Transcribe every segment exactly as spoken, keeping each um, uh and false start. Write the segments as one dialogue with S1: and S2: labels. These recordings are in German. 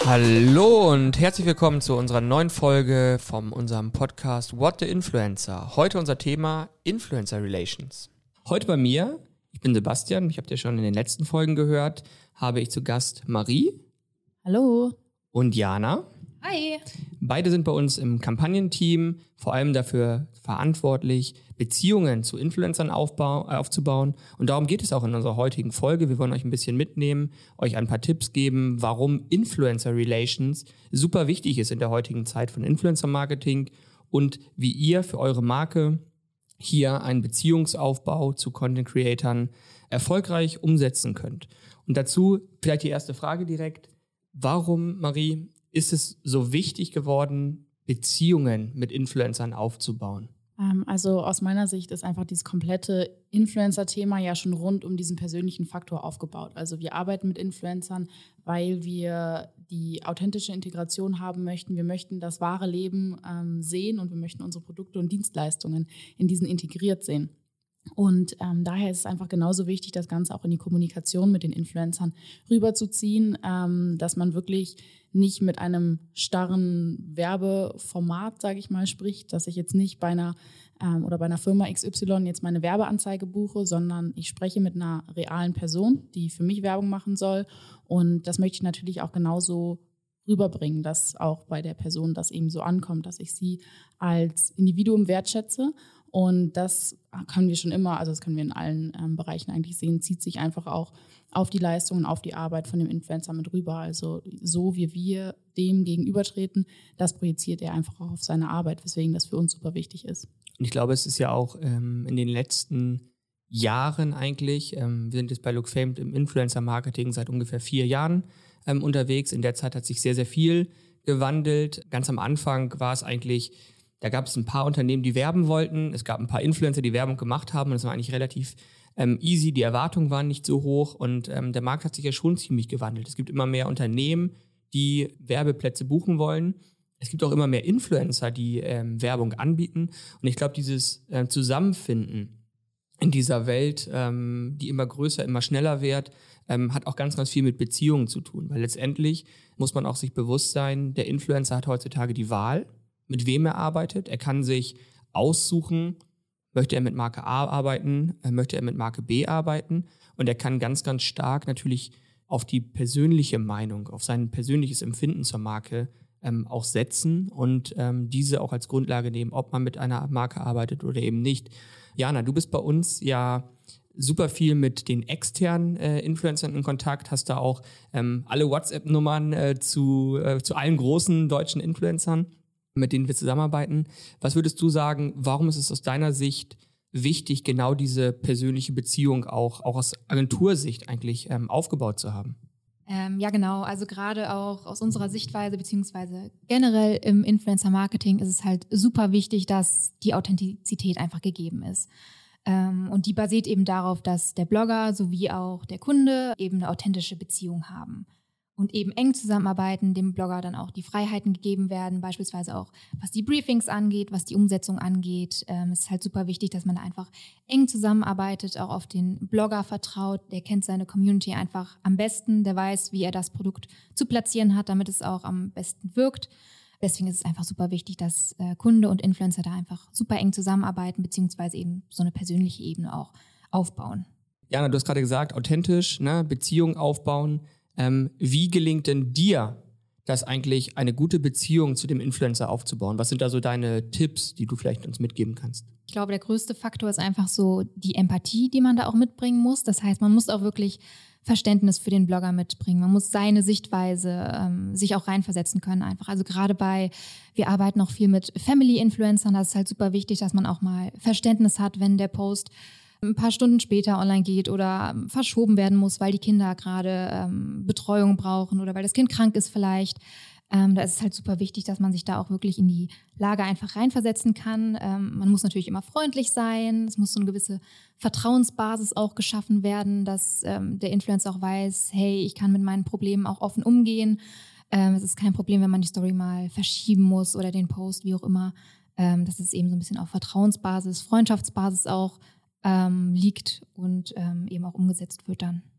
S1: Hallo und herzlich willkommen zu unserer neuen Folge von unserem Podcast What the Influencer. Heute unser Thema Influencer Relations. Heute bei mir, ich bin Sebastian, ich habt ihr schon in den letzten Folgen gehört, habe ich zu Gast Marie.
S2: Hallo.
S1: Und Jana.
S2: Hi.
S1: Beide sind bei uns im Kampagnenteam, vor allem dafür verantwortlich, Beziehungen zu Influencern aufbau- aufzubauen. Und darum geht es auch in unserer heutigen Folge. Wir wollen euch ein bisschen mitnehmen, euch ein paar Tipps geben, warum Influencer Relations super wichtig ist in der heutigen Zeit von Influencer Marketing und wie ihr für eure Marke hier einen Beziehungsaufbau zu Content Creatern erfolgreich umsetzen könnt. Und dazu vielleicht die erste Frage direkt. Warum, Marie, ist es so wichtig geworden, Beziehungen mit Influencern aufzubauen?
S2: Also aus meiner Sicht ist einfach dieses komplette Influencer-Thema ja schon rund um diesen persönlichen Faktor aufgebaut. Also wir arbeiten mit Influencern, weil wir die authentische Integration haben möchten. Wir möchten das wahre Leben ähm, sehen und wir möchten unsere Produkte und Dienstleistungen in diesen integriert sehen. Und ähm, daher ist es einfach genauso wichtig, das Ganze auch in die Kommunikation mit den Influencern rüberzuziehen, ähm, dass man wirklich nicht mit einem starren Werbeformat, sage ich mal, spricht, dass ich jetzt nicht bei einer ähm, oder bei einer Firma X Y jetzt meine Werbeanzeige buche, sondern ich spreche mit einer realen Person, die für mich Werbung machen soll. Und das möchte ich natürlich auch genauso rüberbringen, dass auch bei der Person das eben so ankommt, dass ich sie als Individuum wertschätze. Und das können wir schon immer, also das können wir in allen ähm, Bereichen eigentlich sehen, zieht sich einfach auch auf die Leistungen, auf die Arbeit von dem Influencer mit rüber. Also so wie wir dem gegenübertreten, das projiziert er einfach auch auf seine Arbeit, weswegen das für uns super wichtig ist.
S1: Und ich glaube, es ist ja auch ähm, in den letzten Jahren eigentlich, ähm, wir sind jetzt bei Lookfamed im Influencer-Marketing seit ungefähr vier Jahren ähm, unterwegs. In der Zeit hat sich sehr, sehr viel gewandelt. Ganz am Anfang war es eigentlich, da gab es ein paar Unternehmen, die werben wollten. Es gab ein paar Influencer, die Werbung gemacht haben. Und das war eigentlich relativ ähm, easy. Die Erwartungen waren nicht so hoch. Und ähm, der Markt hat sich ja schon ziemlich gewandelt. Es gibt immer mehr Unternehmen, die Werbeplätze buchen wollen. Es gibt auch immer mehr Influencer, die ähm, Werbung anbieten. Und ich glaube, dieses äh, Zusammenfinden in dieser Welt, ähm, die immer größer, immer schneller wird, ähm, hat auch ganz, ganz viel mit Beziehungen zu tun. Weil letztendlich muss man auch sich bewusst sein, der Influencer hat heutzutage die Wahl, mit wem er arbeitet. Er kann sich aussuchen, möchte er mit Marke A arbeiten, möchte er mit Marke B arbeiten. Und er kann ganz, ganz stark natürlich auf die persönliche Meinung, auf sein persönliches Empfinden zur Marke ähm, auch setzen und ähm, diese auch als Grundlage nehmen, ob man mit einer Marke arbeitet oder eben nicht. Jana, du bist bei uns ja super viel mit den externen äh, Influencern in Kontakt, hast da auch ähm, alle WhatsApp-Nummern äh, zu, äh, zu allen großen deutschen Influencern, mit denen wir zusammenarbeiten. Was würdest du sagen, warum ist es aus deiner Sicht wichtig, genau diese persönliche Beziehung auch, auch aus Agentursicht eigentlich ähm, aufgebaut zu haben?
S3: Ähm, ja, genau. Also gerade auch aus unserer Sichtweise beziehungsweise generell im Influencer-Marketing ist es halt super wichtig, dass die Authentizität einfach gegeben ist. Ähm, und die basiert eben darauf, dass der Blogger sowie auch der Kunde eben eine authentische Beziehung haben. Und eben eng zusammenarbeiten, dem Blogger dann auch die Freiheiten gegeben werden, beispielsweise auch was die Briefings angeht, was die Umsetzung angeht. Ähm, es ist halt super wichtig, dass man da einfach eng zusammenarbeitet, auch auf den Blogger vertraut. Der kennt seine Community einfach am besten, der weiß, wie er das Produkt zu platzieren hat, damit es auch am besten wirkt. Deswegen ist es einfach super wichtig, dass äh, Kunde und Influencer da einfach super eng zusammenarbeiten, beziehungsweise eben so eine persönliche Ebene auch aufbauen.
S1: Jana, du hast gerade gesagt, authentisch, ne, Beziehung aufbauen. Ähm, wie gelingt denn dir, das eigentlich eine gute Beziehung zu dem Influencer aufzubauen? Was sind da so deine Tipps, die du vielleicht uns mitgeben kannst?
S3: Ich glaube, der größte Faktor ist einfach so die Empathie, die man da auch mitbringen muss. Das heißt, man muss auch wirklich Verständnis für den Blogger mitbringen. Man muss seine Sichtweise ähm, sich auch reinversetzen können einfach. Also gerade bei, wir arbeiten auch viel mit Family-Influencern, das ist halt super wichtig, dass man auch mal Verständnis hat, wenn der Post ein paar Stunden später online geht oder verschoben werden muss, weil die Kinder gerade ähm, Betreuung brauchen oder weil das Kind krank ist vielleicht. Ähm, da ist es halt super wichtig, dass man sich da auch wirklich in die Lage einfach reinversetzen kann. Ähm, man muss natürlich immer freundlich sein. Es muss so eine gewisse Vertrauensbasis auch geschaffen werden, dass ähm, der Influencer auch weiß, hey, ich kann mit meinen Problemen auch offen umgehen. Ähm, es ist kein Problem, wenn man die Story mal verschieben muss oder den Post, wie auch immer. Ähm, dass es eben so ein bisschen auf Vertrauensbasis, Freundschaftsbasis auch ähm, liegt und ähm, eben auch umgesetzt wird dann.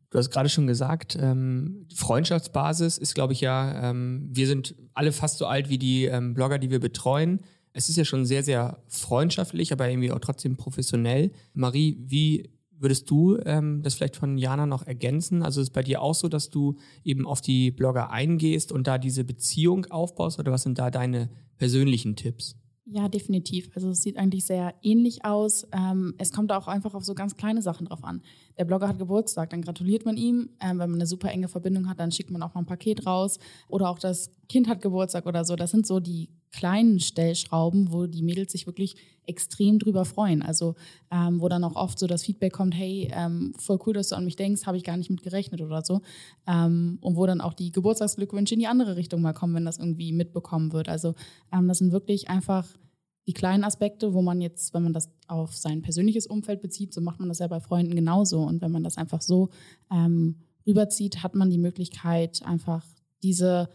S1: Du hast gerade schon gesagt, ähm, Freundschaftsbasis ist, glaube ich, ja, ähm, wir sind alle fast so alt wie die ähm, Blogger, die wir betreuen. Es ist ja schon sehr, sehr freundschaftlich, aber irgendwie auch trotzdem professionell. Marie, wie würdest du ähm, das vielleicht von Jana noch ergänzen? Also ist es bei dir auch so, dass du eben auf die Blogger eingehst und da diese Beziehung aufbaust, oder was sind da deine persönlichen Tipps?
S2: Ja, definitiv. Also es sieht eigentlich sehr ähnlich aus. Ähm, es kommt auch einfach auf so ganz kleine Sachen drauf an. Der Blogger hat Geburtstag, dann gratuliert man ihm. Ähm, wenn man eine super enge Verbindung hat, dann schickt man auch mal ein Paket raus. Oder auch das Kind hat Geburtstag oder so. Das sind so die kleinen Stellschrauben, wo die Mädels sich wirklich extrem drüber freuen. Also ähm, wo dann auch oft so das Feedback kommt, hey, ähm, voll cool, dass du an mich denkst, habe ich gar nicht mit gerechnet oder so. Ähm, und wo dann auch die Geburtstagsglückwünsche in die andere Richtung mal kommen, wenn das irgendwie mitbekommen wird. Also ähm, das sind wirklich einfach die kleinen Aspekte, wo man jetzt, wenn man das auf sein persönliches Umfeld bezieht, so macht man das ja bei Freunden genauso. Und wenn man das einfach so ähm, rüberzieht, hat man die Möglichkeit, einfach diese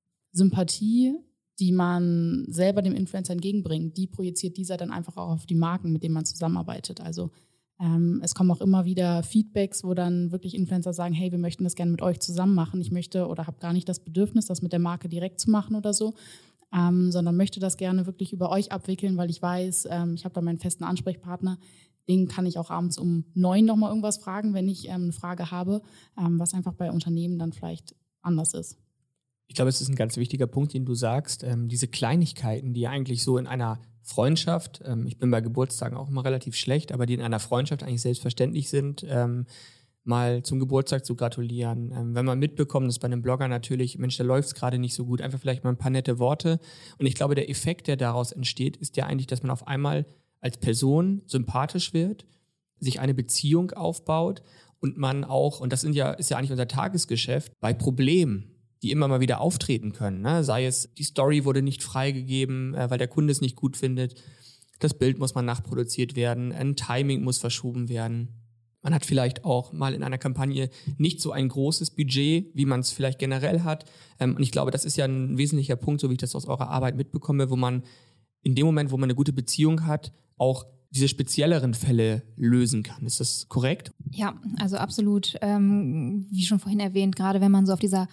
S2: Sympathie, die man selber dem Influencer entgegenbringt, die projiziert dieser dann einfach auch auf die Marken, mit denen man zusammenarbeitet. Also ähm, es kommen auch immer wieder Feedbacks, wo dann wirklich Influencer sagen, hey, wir möchten das gerne mit euch zusammen machen. Ich möchte oder habe gar nicht das Bedürfnis, das mit der Marke direkt zu machen oder so, ähm, sondern möchte das gerne wirklich über euch abwickeln, weil ich weiß, ähm, ich habe da meinen festen Ansprechpartner. Den kann ich auch abends um neun nochmal irgendwas fragen, wenn ich ähm, eine Frage habe, ähm, was einfach bei Unternehmen dann vielleicht anders ist.
S1: Ich glaube, es ist ein ganz wichtiger Punkt, den du sagst. Ähm, diese Kleinigkeiten, die eigentlich so in einer Freundschaft, ähm, ich bin bei Geburtstagen auch immer relativ schlecht, aber die in einer Freundschaft eigentlich selbstverständlich sind, ähm, mal zum Geburtstag zu gratulieren. Ähm, wenn man mitbekommt, dass bei einem Blogger natürlich, Mensch, da läuft es gerade nicht so gut, einfach vielleicht mal ein paar nette Worte. Und ich glaube, der Effekt, der daraus entsteht, ist ja eigentlich, dass man auf einmal als Person sympathisch wird, sich eine Beziehung aufbaut und man auch, und das sind ja, ist ja eigentlich unser Tagesgeschäft, bei Problemen, die immer mal wieder auftreten können. Ne? Sei es, die Story wurde nicht freigegeben, äh, weil der Kunde es nicht gut findet. Das Bild muss mal nachproduziert werden. Ein Timing muss verschoben werden. Man hat vielleicht auch mal in einer Kampagne nicht so ein großes Budget, wie man es vielleicht generell hat. Ähm, und ich glaube, das ist ja ein wesentlicher Punkt, so wie ich das aus eurer Arbeit mitbekomme, wo man in dem Moment, wo man eine gute Beziehung hat, auch diese spezielleren Fälle lösen kann. Ist das korrekt?
S3: Ja, also absolut. Ähm, wie schon vorhin erwähnt, gerade wenn man so auf dieser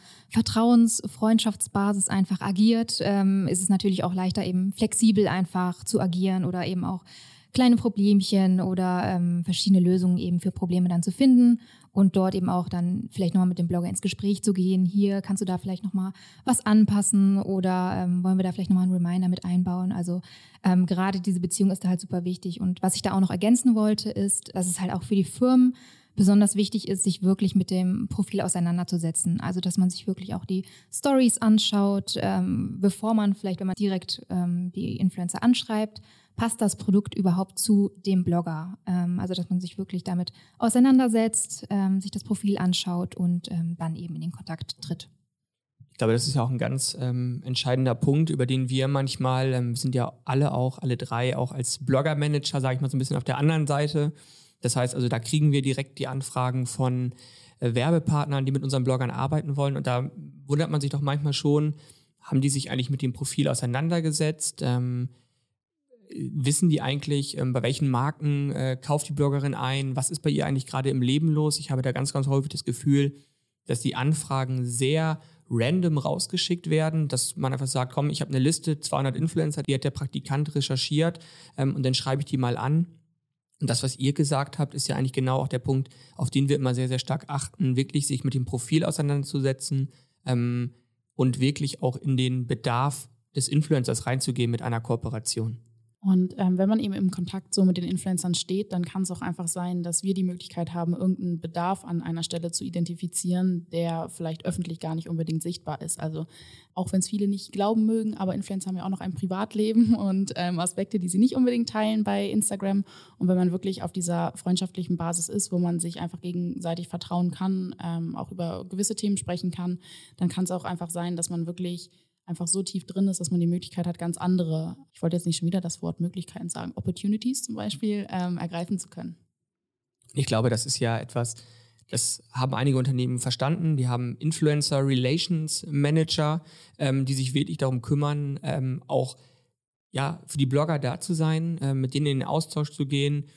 S3: Vertrauens-Freundschaftsbasis einfach agiert, ähm, ist es natürlich auch leichter, eben flexibel einfach zu agieren oder eben auch kleine Problemchen oder ähm, verschiedene Lösungen eben für Probleme dann zu finden und dort eben auch dann vielleicht nochmal mit dem Blogger ins Gespräch zu gehen. Hier kannst du da vielleicht nochmal was anpassen oder ähm, wollen wir da vielleicht nochmal einen Reminder mit einbauen. Also ähm, gerade diese Beziehung ist da halt super wichtig. Und was ich da auch noch ergänzen wollte, ist, dass es halt auch für die Firmen besonders wichtig ist, sich wirklich mit dem Profil auseinanderzusetzen. Also dass man sich wirklich auch die Stories anschaut, ähm, bevor man vielleicht, wenn man direkt ähm, die Influencer anschreibt, passt das Produkt überhaupt zu dem Blogger? Ähm, also dass man sich wirklich damit auseinandersetzt, ähm, sich das Profil anschaut und ähm, dann eben in den Kontakt tritt.
S1: Ich glaube, das ist ja auch ein ganz ähm, entscheidender Punkt, über den wir manchmal, ähm, sind ja alle auch, alle drei auch als Blogger-Manager, sage ich mal so ein bisschen auf der anderen Seite. Das heißt also, da kriegen wir direkt die Anfragen von äh, Werbepartnern, die mit unseren Bloggern arbeiten wollen. Und da wundert man sich doch manchmal schon, haben die sich eigentlich mit dem Profil auseinandergesetzt? Ähm, Wissen die eigentlich, ähm, bei welchen Marken äh, kauft die Bloggerin ein? Was ist bei ihr eigentlich gerade im Leben los? Ich habe da ganz, ganz häufig das Gefühl, dass die Anfragen sehr random rausgeschickt werden, dass man einfach sagt, komm, ich habe eine Liste, zweihundert Influencer, die hat der Praktikant recherchiert ähm, und dann schreibe ich die mal an. Und das, was ihr gesagt habt, ist ja eigentlich genau auch der Punkt, auf den wir immer sehr, sehr stark achten, wirklich sich mit dem Profil auseinanderzusetzen ähm, und wirklich auch in den Bedarf des Influencers reinzugehen mit einer Kooperation.
S2: Und ähm, wenn man eben im Kontakt so mit den Influencern steht, dann kann es auch einfach sein, dass wir die Möglichkeit haben, irgendeinen Bedarf an einer Stelle zu identifizieren, der vielleicht öffentlich gar nicht unbedingt sichtbar ist. Also auch wenn es viele nicht glauben mögen, aber Influencer haben ja auch noch ein Privatleben und ähm, Aspekte, die sie nicht unbedingt teilen bei Instagram. Und wenn man wirklich auf dieser freundschaftlichen Basis ist, wo man sich einfach gegenseitig vertrauen kann, ähm, auch über gewisse Themen sprechen kann, dann kann es auch einfach sein, dass man wirklich einfach so tief drin ist, dass man die Möglichkeit hat, ganz andere, ich wollte jetzt nicht schon wieder das Wort Möglichkeiten sagen, Opportunities zum Beispiel, ähm, ergreifen zu können.
S1: Ich glaube, das ist ja etwas, das haben einige Unternehmen verstanden. Die haben Influencer Relations Manager, ähm, die sich wirklich darum kümmern, ähm, auch ja, für die Blogger da zu sein, äh, mit denen in den Austausch zu gehen,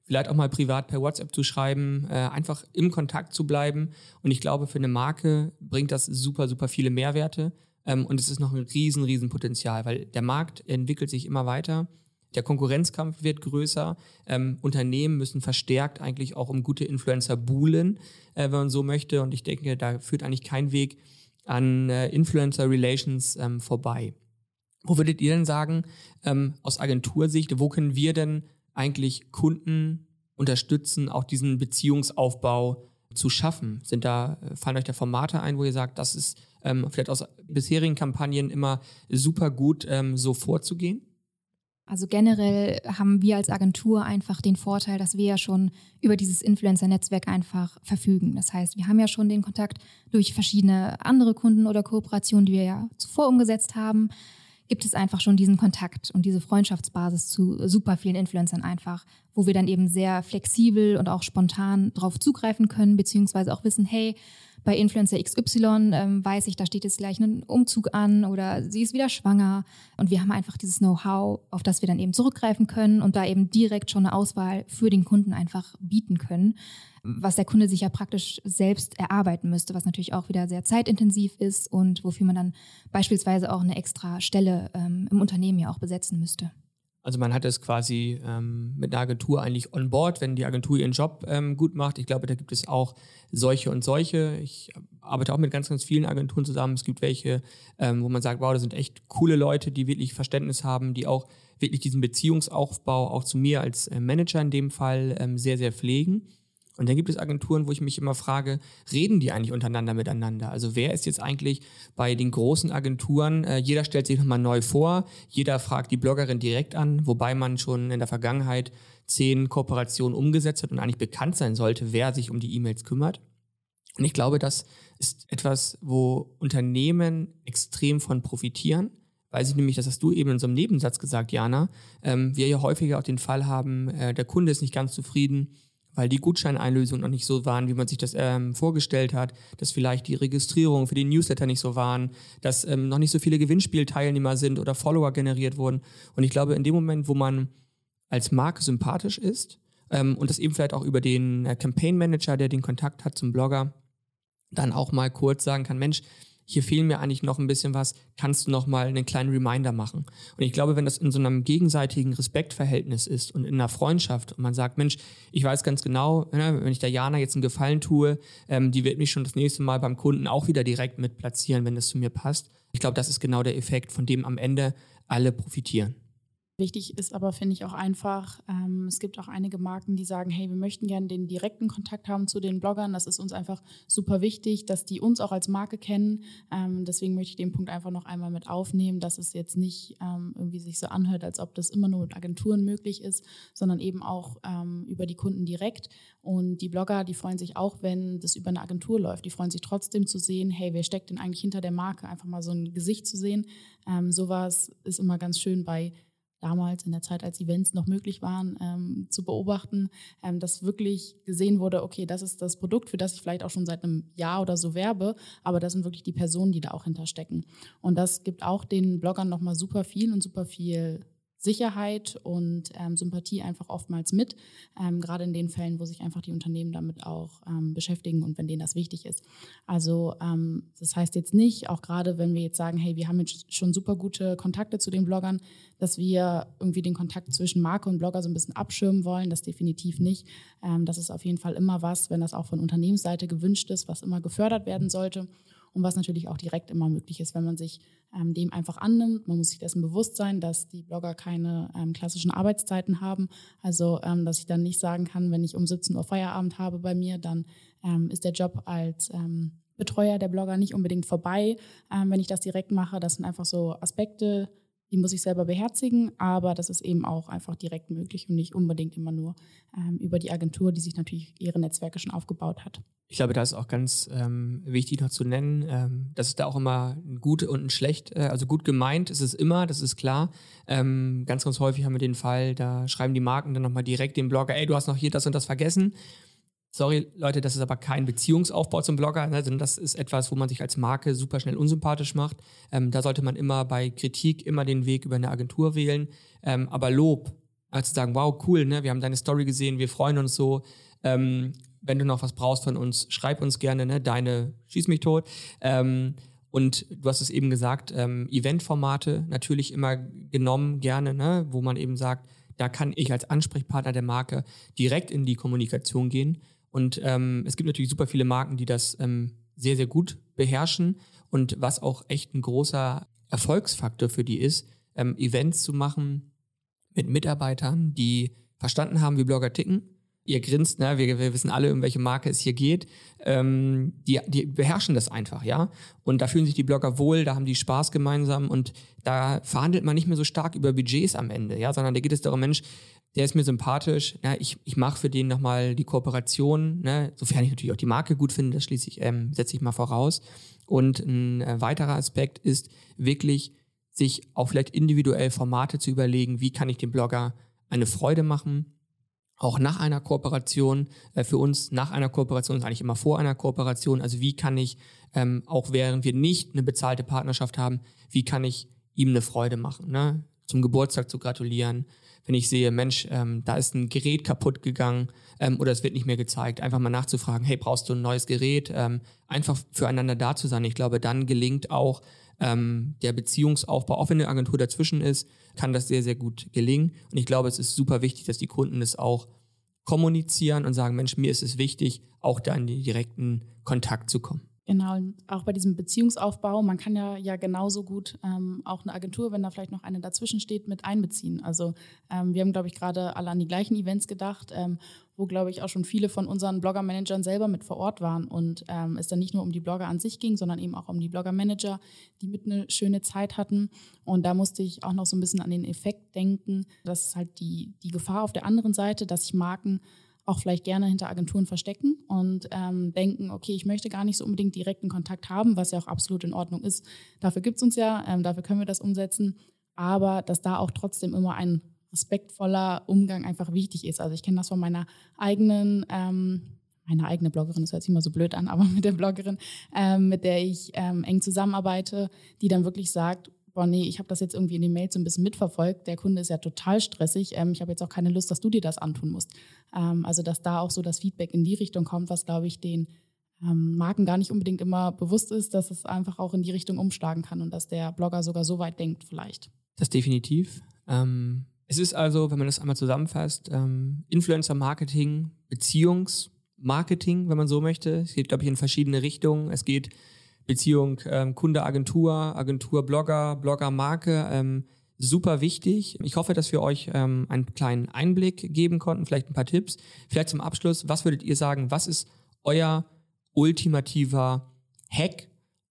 S1: vielleicht auch mal privat per WhatsApp zu schreiben, äh, einfach im Kontakt zu bleiben. Und ich glaube, für eine Marke bringt das super, super viele Mehrwerte. Ähm, und es ist noch ein riesen, riesen Potenzial, weil der Markt entwickelt sich immer weiter. Der Konkurrenzkampf wird größer. Ähm, Unternehmen müssen verstärkt eigentlich auch um gute Influencer buhlen, äh, wenn man so möchte. Und ich denke, da führt eigentlich kein Weg an äh, Influencer Relations ähm, vorbei. Wo würdet ihr denn sagen, ähm, aus Agentursicht, wo können wir denn eigentlich Kunden unterstützen, auch diesen Beziehungsaufbau zu schaffen? Sind da, fallen euch da Formate ein, wo ihr sagt, das ist ähm, vielleicht aus bisherigen Kampagnen immer super gut, ähm, so vorzugehen?
S3: Also generell haben wir als Agentur einfach den Vorteil, dass wir ja schon über dieses Influencer-Netzwerk einfach verfügen. Das heißt, wir haben ja schon den Kontakt durch verschiedene andere Kunden oder Kooperationen, die wir ja zuvor umgesetzt haben, gibt es einfach schon diesen Kontakt und diese Freundschaftsbasis zu super vielen Influencern einfach, wo wir dann eben sehr flexibel und auch spontan drauf zugreifen können, beziehungsweise auch wissen, hey, bei Influencer X Y ähm, weiß ich, da steht jetzt gleich ein Umzug an oder sie ist wieder schwanger. Und wir haben einfach dieses Know-how, auf das wir dann eben zurückgreifen können und da eben direkt schon eine Auswahl für den Kunden einfach bieten können, was der Kunde sich ja praktisch selbst erarbeiten müsste, was natürlich auch wieder sehr zeitintensiv ist und wofür man dann beispielsweise auch eine extra Stelle ähm, im Unternehmen ja auch besetzen müsste.
S1: Also man hat es quasi ähm, mit einer Agentur eigentlich on board, wenn die Agentur ihren Job ähm, gut macht. Ich glaube, da gibt es auch solche und solche. Ich arbeite auch mit ganz, ganz vielen Agenturen zusammen. Es gibt welche, ähm, wo man sagt, wow, das sind echt coole Leute, die wirklich Verständnis haben, die auch wirklich diesen Beziehungsaufbau auch zu mir als äh, Manager in dem Fall ähm, sehr, sehr pflegen. Und dann gibt es Agenturen, wo ich mich immer frage, reden die eigentlich untereinander miteinander? Also wer ist jetzt eigentlich bei den großen Agenturen, äh, jeder stellt sich nochmal neu vor, jeder fragt die Bloggerin direkt an, wobei man schon in der Vergangenheit zehn Kooperationen umgesetzt hat und eigentlich bekannt sein sollte, wer sich um die E-Mails kümmert. Und ich glaube, das ist etwas, wo Unternehmen extrem von profitieren, weil sie nämlich, das hast du eben in so einem Nebensatz gesagt, Jana, ähm, wir ja häufiger auch den Fall haben, äh, der Kunde ist nicht ganz zufrieden, weil die Gutscheineinlösungen noch nicht so waren, wie man sich das ähm, vorgestellt hat, dass vielleicht die Registrierungen für den Newsletter nicht so waren, dass ähm, noch nicht so viele Gewinnspielteilnehmer sind oder Follower generiert wurden. Und ich glaube, in dem Moment, wo man als Marke sympathisch ist ähm, und das eben vielleicht auch über den äh, Campaign Manager, der den Kontakt hat zum Blogger, dann auch mal kurz sagen kann, Mensch, hier fehlt mir eigentlich noch ein bisschen was, kannst du noch mal einen kleinen Reminder machen? Und ich glaube, wenn das in so einem gegenseitigen Respektverhältnis ist und in einer Freundschaft und man sagt, Mensch, ich weiß ganz genau, wenn ich der Jana jetzt einen Gefallen tue, ähm, die wird mich schon das nächste Mal beim Kunden auch wieder direkt mit platzieren, wenn das zu mir passt. Ich glaube, das ist genau der Effekt, von dem am Ende alle profitieren.
S2: Wichtig ist aber, finde ich, auch einfach, ähm, es gibt auch einige Marken, die sagen, hey, wir möchten gerne den direkten Kontakt haben zu den Bloggern. Das ist uns einfach super wichtig, dass die uns auch als Marke kennen. Ähm, deswegen möchte ich den Punkt einfach noch einmal mit aufnehmen, dass es jetzt nicht ähm, irgendwie sich so anhört, als ob das immer nur mit Agenturen möglich ist, sondern eben auch ähm, über die Kunden direkt. Und die Blogger, die freuen sich auch, wenn das über eine Agentur läuft. Die freuen sich trotzdem zu sehen, hey, wer steckt denn eigentlich hinter der Marke? Einfach mal so ein Gesicht zu sehen. Ähm, sowas ist immer ganz schön bei damals in der Zeit, als Events noch möglich waren, ähm, zu beobachten, ähm, dass wirklich gesehen wurde, okay, das ist das Produkt, für das ich vielleicht auch schon seit einem Jahr oder so werbe, aber das sind wirklich die Personen, die da auch hinterstecken. Und das gibt auch den Bloggern nochmal super viel und super viel Sicherheit und ähm, Sympathie einfach oftmals mit, ähm, gerade in den Fällen, wo sich einfach die Unternehmen damit auch ähm, beschäftigen und wenn denen das wichtig ist. Also ähm, das heißt jetzt nicht, auch gerade wenn wir jetzt sagen, hey, wir haben jetzt schon super gute Kontakte zu den Bloggern, dass wir irgendwie den Kontakt zwischen Marke und Blogger so ein bisschen abschirmen wollen, das definitiv nicht. Ähm, das ist auf jeden Fall immer was, wenn das auch von Unternehmensseite gewünscht ist, was immer gefördert werden sollte. Und was natürlich auch direkt immer möglich ist, wenn man sich ähm, dem einfach annimmt. Man muss sich dessen bewusst sein, dass die Blogger keine ähm, klassischen Arbeitszeiten haben. Also, ähm, dass ich dann nicht sagen kann, wenn ich um siebzehn Uhr Feierabend habe bei mir, dann ähm, ist der Job als ähm, Betreuer der Blogger nicht unbedingt vorbei, ähm, wenn ich das direkt mache. Das sind einfach so Aspekte, die muss ich selber beherzigen, aber das ist eben auch einfach direkt möglich und nicht unbedingt immer nur ähm, über die Agentur, die sich natürlich ihre Netzwerke schon aufgebaut hat.
S1: Ich glaube, da ist auch ganz ähm, wichtig noch zu nennen, ähm, dass es da auch immer ein gut und ein schlecht, äh, also gut gemeint ist es immer, das ist klar. Ähm, ganz, ganz häufig haben wir den Fall, da schreiben die Marken dann nochmal direkt dem Blogger, ey, du hast noch hier das und das vergessen. Sorry, Leute, das ist aber kein Beziehungsaufbau zum Blogger, ne, sondern das ist etwas, wo man sich als Marke super schnell unsympathisch macht. Ähm, da sollte man immer bei Kritik immer den Weg über eine Agentur wählen. Ähm, aber Lob als zu sagen, wow, cool, ne, wir haben deine Story gesehen, wir freuen uns so. Ähm, wenn du noch was brauchst von uns, schreib uns gerne, ne, deine schieß mich tot. Ähm, und du hast es eben gesagt, ähm, Eventformate natürlich immer genommen, gerne, ne, wo man eben sagt, da kann ich als Ansprechpartner der Marke direkt in die Kommunikation gehen. Und ähm, es gibt natürlich super viele Marken, die das ähm, sehr, sehr gut beherrschen. Und was auch echt ein großer Erfolgsfaktor für die ist, ähm, Events zu machen mit Mitarbeitern, die verstanden haben, wie Blogger ticken. Ihr grinst, ne? wir, wir wissen alle, um welche Marke es hier geht. Ähm, die, die beherrschen das einfach, ja. Und da fühlen sich die Blogger wohl, da haben die Spaß gemeinsam und da verhandelt man nicht mehr so stark über Budgets am Ende, ja, sondern da geht es darum, Mensch, der ist mir sympathisch, ja, ich, ich mache für den nochmal die Kooperation, ne? Sofern ich natürlich auch die Marke gut finde, das schließlich ähm, setze ich mal voraus. Und ein äh, weiterer Aspekt ist wirklich, sich auch vielleicht individuell Formate zu überlegen, wie kann ich dem Blogger eine Freude machen, auch nach einer Kooperation, äh, für uns nach einer Kooperation ist eigentlich immer vor einer Kooperation, also wie kann ich, ähm, auch während wir nicht eine bezahlte Partnerschaft haben, wie kann ich ihm eine Freude machen, ne? Zum Geburtstag zu gratulieren, wenn ich sehe, Mensch, ähm, da ist ein Gerät kaputt gegangen ähm, oder es wird nicht mehr gezeigt, einfach mal nachzufragen, hey, brauchst du ein neues Gerät, ähm, einfach füreinander da zu sein. Ich glaube, dann gelingt auch ähm, der Beziehungsaufbau, auch wenn eine Agentur dazwischen ist, kann das sehr, sehr gut gelingen. Und ich glaube, es ist super wichtig, dass die Kunden das auch kommunizieren und sagen, Mensch, mir ist es wichtig, auch da in den direkten Kontakt zu kommen.
S2: Genau, und auch bei diesem Beziehungsaufbau, man kann ja, ja genauso gut ähm, auch eine Agentur, wenn da vielleicht noch eine dazwischen steht, mit einbeziehen. Also ähm, wir haben, glaube ich, gerade alle an die gleichen Events gedacht, ähm, wo, glaube ich, auch schon viele von unseren Blogger-Managern selber mit vor Ort waren und ähm, es dann nicht nur um die Blogger an sich ging, sondern eben auch um die Blogger-Manager, die mit eine schöne Zeit hatten. Und da musste ich auch noch so ein bisschen an den Effekt denken, dass es halt die, die Gefahr auf der anderen Seite, dass sich Marken auch vielleicht gerne hinter Agenturen verstecken und ähm, denken, okay, ich möchte gar nicht so unbedingt direkten Kontakt haben, was ja auch absolut in Ordnung ist. Dafür gibt es uns ja, ähm, dafür können wir das umsetzen, aber dass da auch trotzdem immer ein respektvoller Umgang einfach wichtig ist. Also ich kenne das von meiner eigenen, ähm, meine eigene Bloggerin, das hört sich immer so blöd an, aber mit der Bloggerin, ähm, mit der ich ähm, eng zusammenarbeite, die dann wirklich sagt, boah, nee, ich habe das jetzt irgendwie in den Mails so ein bisschen mitverfolgt, der Kunde ist ja total stressig, ähm, ich habe jetzt auch keine Lust, dass du dir das antun musst. Ähm, also dass da auch so das Feedback in die Richtung kommt, was, glaube ich, den ähm, Marken gar nicht unbedingt immer bewusst ist, dass es einfach auch in die Richtung umschlagen kann und dass der Blogger sogar so weit denkt vielleicht.
S1: Das definitiv. Ähm, es ist also, wenn man das einmal zusammenfasst, ähm, Influencer-Marketing, Beziehungsmarketing, wenn man so möchte. Es geht, glaube ich, in verschiedene Richtungen. Es geht Beziehung ähm, Kunde-Agentur, Agentur-Blogger, Blogger-Marke, ähm, super wichtig. Ich hoffe, dass wir euch ähm, einen kleinen Einblick geben konnten, vielleicht ein paar Tipps. Vielleicht zum Abschluss, was würdet ihr sagen, was ist euer ultimativer Hack,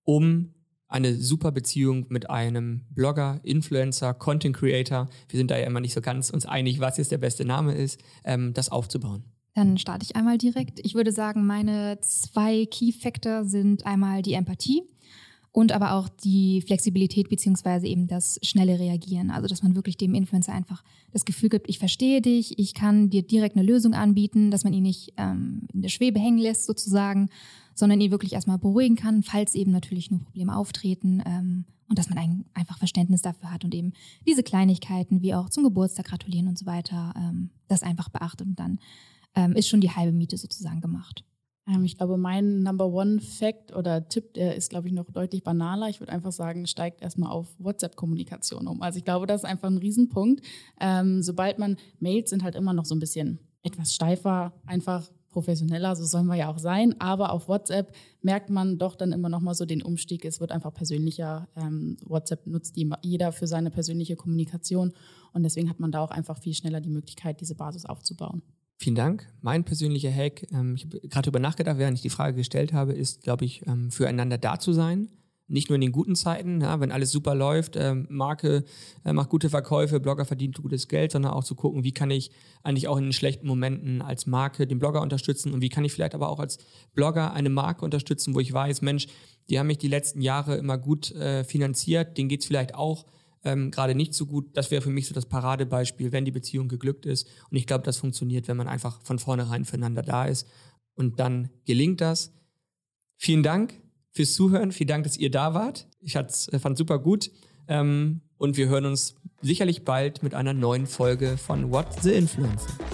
S1: um eine super Beziehung mit einem Blogger, Influencer, Content Creator, wir sind da ja immer nicht so ganz uns einig, was jetzt der beste Name ist, ähm, das aufzubauen?
S3: Dann starte ich einmal direkt. Ich würde sagen, meine zwei Key-Factor sind einmal die Empathie und aber auch die Flexibilität beziehungsweise eben das schnelle Reagieren. Also, dass man wirklich dem Influencer einfach das Gefühl gibt, ich verstehe dich, ich kann dir direkt eine Lösung anbieten, dass man ihn nicht ähm, in der Schwebe hängen lässt sozusagen, sondern ihn wirklich erstmal beruhigen kann, falls eben natürlich nur Probleme auftreten ähm, und dass man ein, einfach Verständnis dafür hat und eben diese Kleinigkeiten wie auch zum Geburtstag gratulieren und so weiter, ähm, das einfach beachtet und dann ähm, ist schon die halbe Miete sozusagen gemacht.
S2: Ähm, ich glaube, mein Number One Fact oder Tipp, der ist, glaube ich, noch deutlich banaler. Ich würde einfach sagen, steigt erstmal auf WhatsApp-Kommunikation um. Also ich glaube, das ist einfach ein Riesenpunkt. Ähm, sobald man, Mails sind halt immer noch so ein bisschen etwas steifer, einfach professioneller, so sollen wir ja auch sein. Aber auf WhatsApp merkt man doch dann immer noch mal so den Umstieg. Es wird einfach persönlicher. Ähm, WhatsApp nutzt die, jeder für seine persönliche Kommunikation. Und deswegen hat man da auch einfach viel schneller die Möglichkeit, diese Basis aufzubauen.
S1: Vielen Dank. Mein persönlicher Hack, ähm, ich habe gerade darüber nachgedacht, während ich die Frage gestellt habe, ist, glaube ich, ähm, füreinander da zu sein. Nicht nur in den guten Zeiten, ja, wenn alles super läuft, ähm, Marke äh, macht gute Verkäufe, Blogger verdient gutes Geld, sondern auch zu gucken, wie kann ich eigentlich auch in den schlechten Momenten als Marke den Blogger unterstützen und wie kann ich vielleicht aber auch als Blogger eine Marke unterstützen, wo ich weiß, Mensch, die haben mich die letzten Jahre immer gut äh, finanziert, denen geht es vielleicht auch Ähm, gerade nicht so gut. Das wäre für mich so das Paradebeispiel, wenn die Beziehung geglückt ist. Und ich glaube, das funktioniert, wenn man einfach von vornherein füreinander da ist. Und dann gelingt das. Vielen Dank fürs Zuhören. Vielen Dank, dass ihr da wart. Ich fand es super gut. Ähm, und wir hören uns sicherlich bald mit einer neuen Folge von What the Influencer.